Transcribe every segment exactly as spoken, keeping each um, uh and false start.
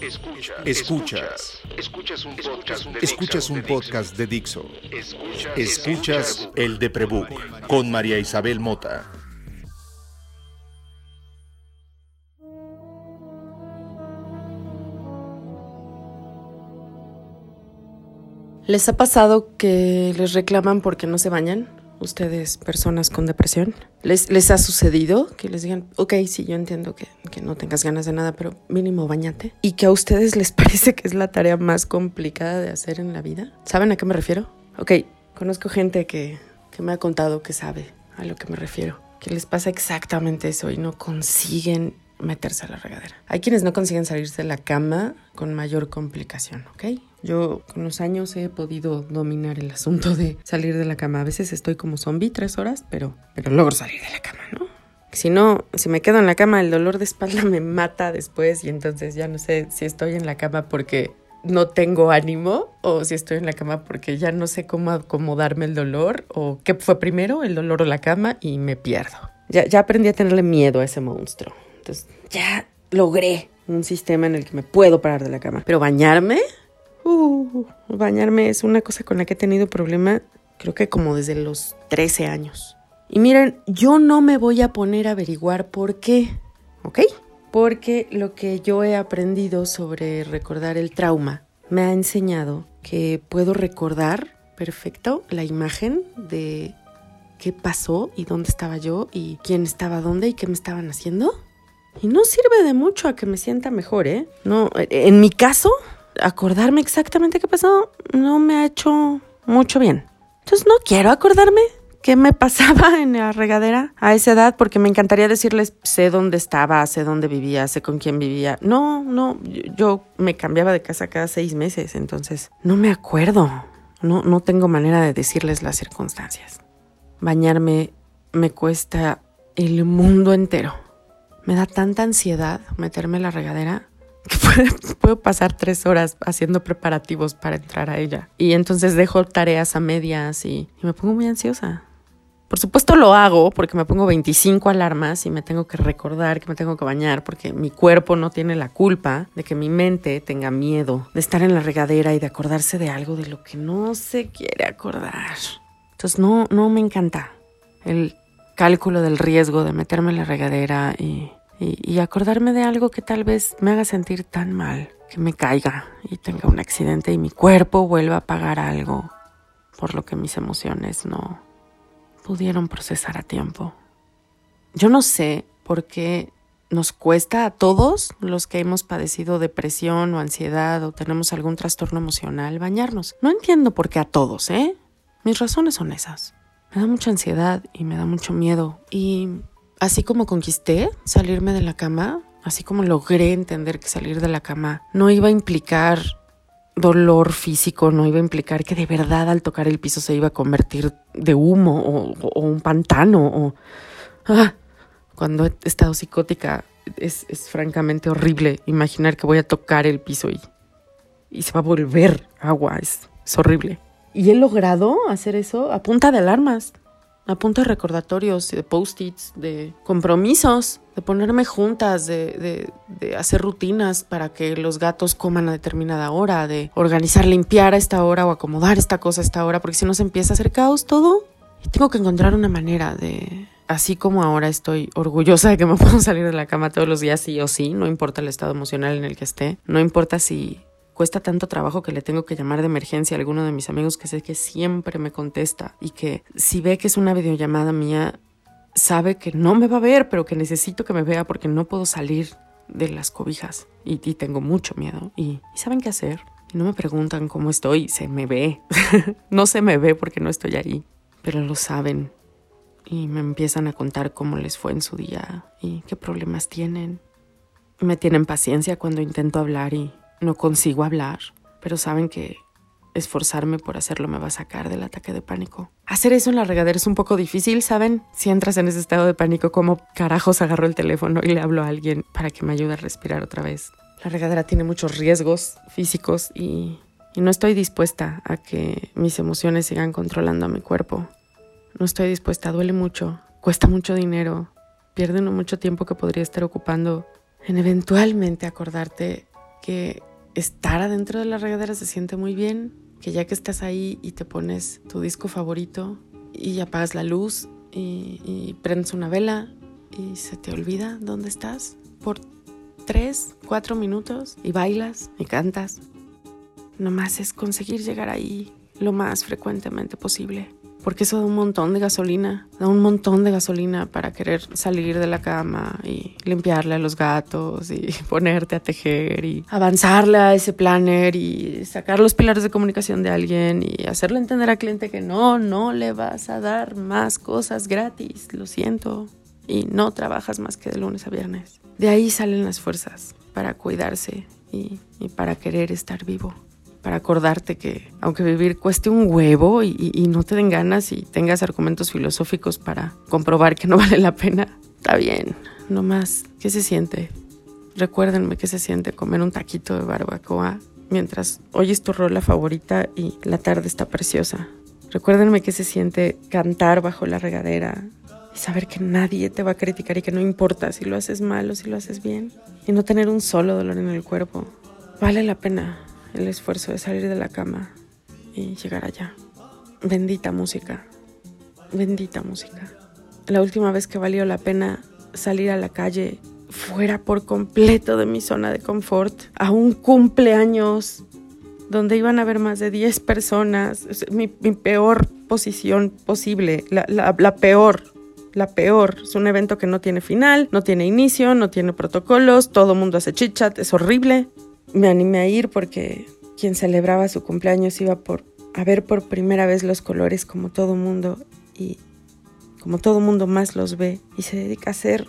Escuchas. Escuchas. Escuchas un podcast de, Escuchas un podcast de Dixo. Escuchas, Escuchas el de Prebook con María Isabel Mota. ¿Les ha pasado que les reclaman porque no se bañan? Ustedes, personas con depresión, ¿les, les ha sucedido que les digan, ok, sí, yo entiendo que, que no tengas ganas de nada, pero mínimo bañate? Y que a ustedes les parece que es la tarea más complicada de hacer en la vida. ¿Saben a qué me refiero? Ok, conozco gente que, que me ha contado que sabe a lo que me refiero, que les pasa exactamente eso y no consiguen meterse a la regadera. Hay quienes no consiguen salirse de la cama con mayor complicación, ¿ok? Yo con los años he podido dominar el asunto de salir de la cama. A veces estoy como zombie tres horas, pero, pero logro salir de la cama, ¿no? Si no, si me quedo en la cama, el dolor de espalda me mata después y entonces ya no sé si estoy en la cama porque no tengo ánimo o si estoy en la cama porque ya no sé cómo acomodarme el dolor o qué fue primero, el dolor o la cama, y me pierdo. Ya, ya aprendí a tenerle miedo a ese monstruo. Entonces ya logré un sistema en el que me puedo parar de la cama. Pero bañarme, uh, bañarme es una cosa con la que he tenido problema creo que como desde los trece años. Y miren, yo no me voy a poner a averiguar por qué, ¿ok? Porque lo que yo he aprendido sobre recordar el trauma me ha enseñado que puedo recordar perfecto la imagen de qué pasó y dónde estaba yo y quién estaba dónde y qué me estaban haciendo. Y no sirve de mucho a que me sienta mejor, ¿eh? No, en mi caso, acordarme exactamente qué pasó no me ha hecho mucho bien. Entonces no quiero acordarme qué me pasaba en la regadera a esa edad, porque me encantaría decirles, sé dónde estaba, sé dónde vivía, sé con quién vivía. No, no, yo me cambiaba de casa cada seis meses, entonces no me acuerdo. No, no tengo manera de decirles las circunstancias. Bañarme me cuesta el mundo entero. Me da tanta ansiedad meterme en la regadera que puedo, puedo pasar tres horas haciendo preparativos para entrar a ella. Y entonces dejo tareas a medias y, y me pongo muy ansiosa. Por supuesto lo hago porque me pongo veinticinco alarmas y me tengo que recordar que me tengo que bañar porque mi cuerpo no tiene la culpa de que mi mente tenga miedo de estar en la regadera y de acordarse de algo de lo que no se quiere acordar. Entonces no, no me encanta el cálculo del riesgo de meterme en la regadera y, y, y acordarme de algo que tal vez me haga sentir tan mal, que me caiga y tenga un accidente y mi cuerpo vuelva a pagar algo por lo que mis emociones no pudieron procesar a tiempo. Yo no sé por qué nos cuesta a todos los que hemos padecido depresión o ansiedad o tenemos algún trastorno emocional bañarnos. No entiendo por qué a todos, ¿eh? Mis razones son esas. Me da mucha ansiedad y me da mucho miedo. Y así como conquisté salirme de la cama, así como logré entender que salir de la cama no iba a implicar dolor físico, no iba a implicar que de verdad al tocar el piso se iba a convertir de humo o, o, o un pantano. O, ah, cuando he estado psicótica es, es francamente horrible imaginar que voy a tocar el piso y, y se va a volver agua. Es, es horrible. Y he logrado hacer eso a punta de alarmas, a punta de recordatorios, de post-its, de compromisos, de ponerme juntas, de, de, de hacer rutinas para que los gatos coman a determinada hora, de organizar, limpiar a esta hora o acomodar esta cosa a esta hora, porque si no se empieza a hacer caos todo. Y tengo que encontrar una manera de, así como ahora estoy orgullosa de que me puedo salir de la cama todos los días sí o sí, no importa el estado emocional en el que esté, no importa si cuesta tanto trabajo que le tengo que llamar de emergencia a alguno de mis amigos que sé que siempre me contesta y que si ve que es una videollamada mía, sabe que no me va a ver, pero que necesito que me vea porque no puedo salir de las cobijas y, y tengo mucho miedo y, y saben qué hacer. Y no me preguntan cómo estoy, se me ve. No se me ve porque no estoy ahí, pero lo saben y me empiezan a contar cómo les fue en su día y qué problemas tienen. Me tienen paciencia cuando intento hablar y no consigo hablar, pero saben que esforzarme por hacerlo me va a sacar del ataque de pánico. Hacer eso en la regadera es un poco difícil, ¿saben? Si entras en ese estado de pánico, ¿cómo carajos agarro el teléfono y le hablo a alguien para que me ayude a respirar otra vez? La regadera tiene muchos riesgos físicos y, y no estoy dispuesta a que mis emociones sigan controlando a mi cuerpo. No estoy dispuesta, duele mucho, cuesta mucho dinero, pierde uno mucho tiempo que podría estar ocupando en eventualmente acordarte que estar adentro de la regadera se siente muy bien, que ya que estás ahí y te pones tu disco favorito y apagas la luz y, y prendes una vela y se te olvida dónde estás por tres, cuatro minutos y bailas y cantas. Nomás es conseguir llegar ahí lo más frecuentemente posible, porque eso da un montón de gasolina, da un montón de gasolina para querer salir de la cama y limpiarle a los gatos y ponerte a tejer y avanzarle a ese planner y sacar los pilares de comunicación de alguien y hacerle entender al cliente que no, no le vas a dar más cosas gratis, lo siento, y no trabajas más que de lunes a viernes. De ahí salen las fuerzas para cuidarse y, y para querer estar vivo. Para acordarte que aunque vivir cueste un huevo y, y, y no te den ganas y tengas argumentos filosóficos para comprobar que no vale la pena, está bien, no más. ¿Qué se siente? Recuérdenme qué se siente comer un taquito de barbacoa mientras oyes tu rola favorita y la tarde está preciosa. Recuérdenme qué se siente cantar bajo la regadera y saber que nadie te va a criticar y que no importa si lo haces mal o si lo haces bien y no tener un solo dolor en el cuerpo. Vale la pena el esfuerzo de salir de la cama y llegar allá. Bendita música, bendita música. La última vez que valió la pena salir a la calle fuera por completo de mi zona de confort, a un cumpleaños donde iban a haber más de diez personas, mi, mi peor posición posible, la, la, la peor. La peor, es un evento que no tiene final, no tiene inicio, no tiene protocolos, todo el mundo hace chit-chat, es horrible. Me animé a ir porque quien celebraba su cumpleaños iba por, a ver por primera vez los colores como todo mundo y como todo mundo más los ve y se dedica a hacer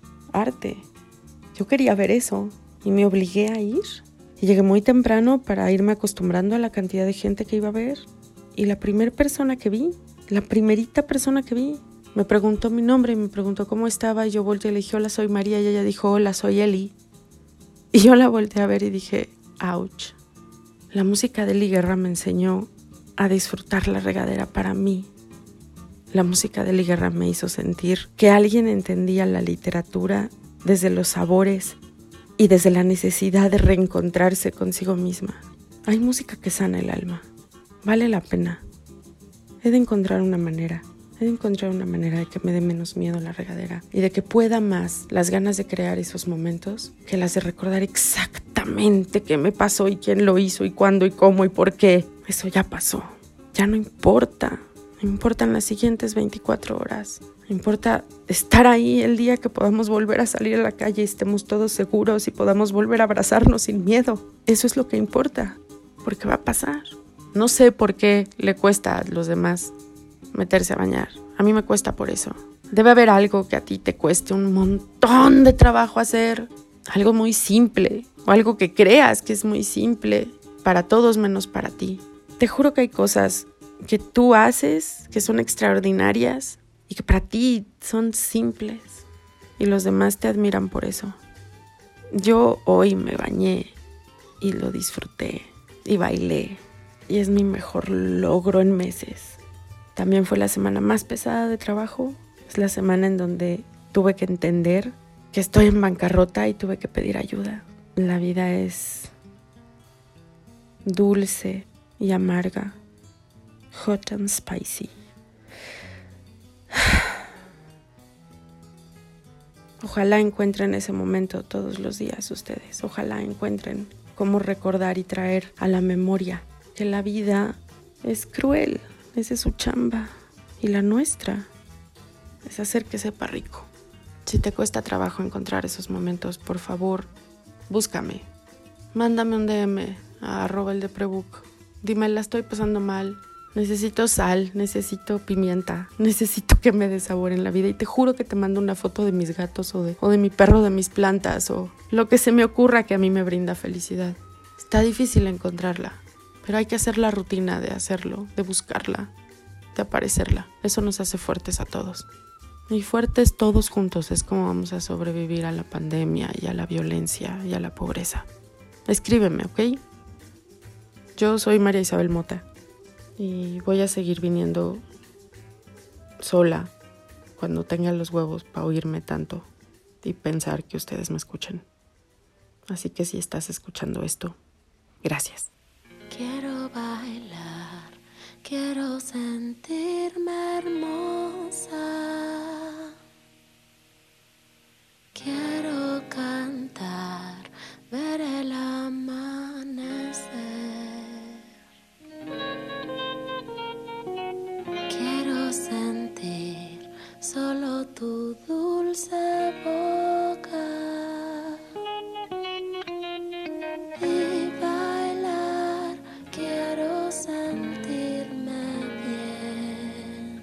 arte. Yo quería ver eso y me obligué a ir y llegué muy temprano para irme acostumbrando a la cantidad de gente que iba a ver y la primera persona que vi, la primerita persona que vi, me preguntó mi nombre y me preguntó cómo estaba y yo volteé y le dije, hola, soy María, y ella dijo, hola, soy Eli. Y yo la volteé a ver y dije, ouch. La música de Eli Guerra me enseñó a disfrutar la regadera para mí. La música de Eli Guerra me hizo sentir que alguien entendía la literatura desde los sabores y desde la necesidad de reencontrarse consigo misma. Hay música que sana el alma. Vale la pena. He de encontrar una manera. He de encontrar una manera de que me dé menos miedo la regadera y de que pueda más las ganas de crear esos momentos que las de recordar exactamente qué me pasó y quién lo hizo y cuándo y cómo y por qué. Eso ya pasó. Ya no importa. No importan las siguientes veinticuatro horas. No importa estar ahí el día que podamos volver a salir a la calle y estemos todos seguros y podamos volver a abrazarnos sin miedo. Eso es lo que importa, porque va a pasar. No sé por qué le cuesta a los demás meterse a bañar. A mí me cuesta por eso. Debe haber algo que a ti te cueste un montón de trabajo hacer. Algo muy simple. O algo que creas que es muy simple. Para todos menos para ti. Te juro que hay cosas que tú haces que son extraordinarias y que para ti son simples. Y los demás te admiran por eso. Yo hoy me bañé y lo disfruté y bailé. Y es mi mejor logro en meses. También fue la semana más pesada de trabajo. Es la semana en donde tuve que entender que estoy en bancarrota y tuve que pedir ayuda. La vida es dulce y amarga, hot and spicy. Ojalá encuentren ese momento todos los días ustedes. Ojalá encuentren cómo recordar y traer a la memoria que la vida es cruel. Esa es su chamba. Y la nuestra es hacer que sepa rico. Si te cuesta trabajo encontrar esos momentos, por favor, búscame. Mándame un D M a arroba el deprebook. Dime, la estoy pasando mal. Necesito sal, necesito pimienta, necesito que me dé sabor en la vida. Y te juro que te mando una foto de mis gatos o de, o de mi perro, de mis plantas o lo que se me ocurra que a mí me brinda felicidad. Está difícil encontrarla. Pero hay que hacer la rutina de hacerlo, de buscarla, de aparecerla. Eso nos hace fuertes a todos. Y fuertes todos juntos es como vamos a sobrevivir a la pandemia y a la violencia y a la pobreza. Escríbeme, ¿ok? Yo soy María Isabel Mota y voy a seguir viniendo sola cuando tenga los huevos para oírme tanto y pensar que ustedes me escuchen. Así que si estás escuchando esto, gracias. Quiero bailar, quiero sentirme hermosa. Quiero cantar, ver el amanecer. Quiero sentir solo tu dulce boca. Y bailar, quiero sentirme bien.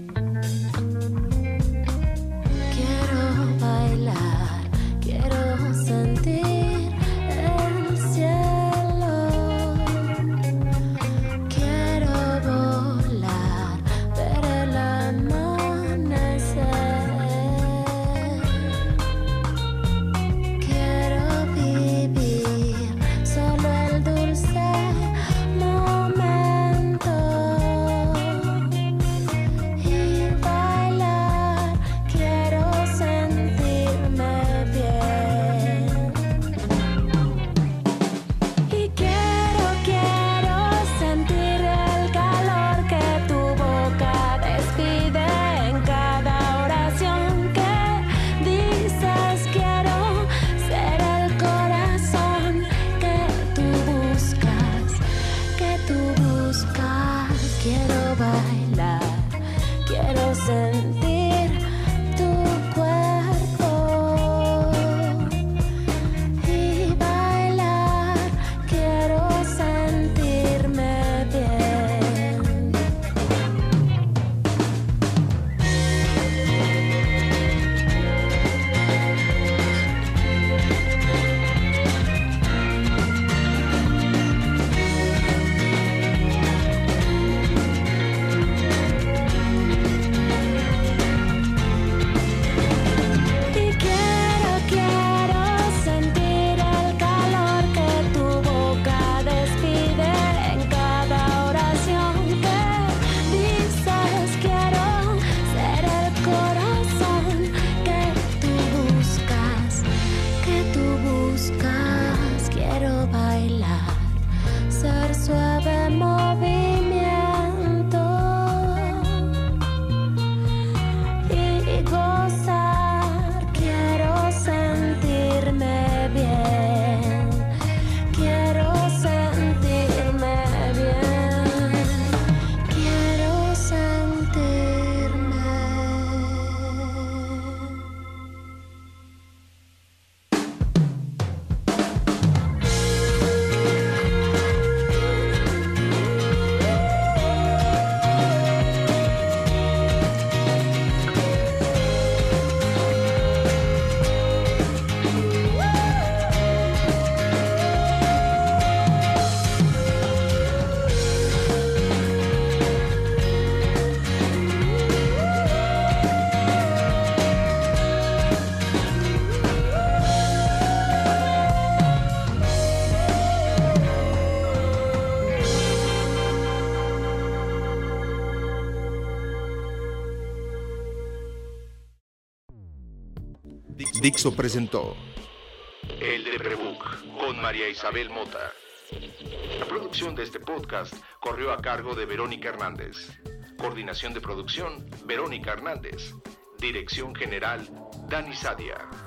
Quiero bailar, quiero sentir el cielo. Quiero volar, ver el amanecer. Quiero vivir solo el dulce momento. Y bailar, quiero sentirme bien. Y quiero, quiero sentir el calor que tu boca despide en cada oración que dices. Quiero ser el corazón que tú buscas, que tú buscas. Quiero bailar, quiero sentir tu cuerpo. Y bailar, quiero sentirme bien. Y quiero, quiero sentir el calor que tu boca despide en cada oración que dices. Quiero ser el corazón que tú buscas, que tú buscas. Quiero bailar, ser suave movimiento. Y gozar, quiero sentirme bien. Quiero sentirme bien. Quiero sentirme. Dixo presentó El Deprebook con María Isabel Mota. La producción de este podcast corrió a cargo de Verónica Hernández. Coordinación de producción, Verónica Hernández. Dirección general, Dani Sadia.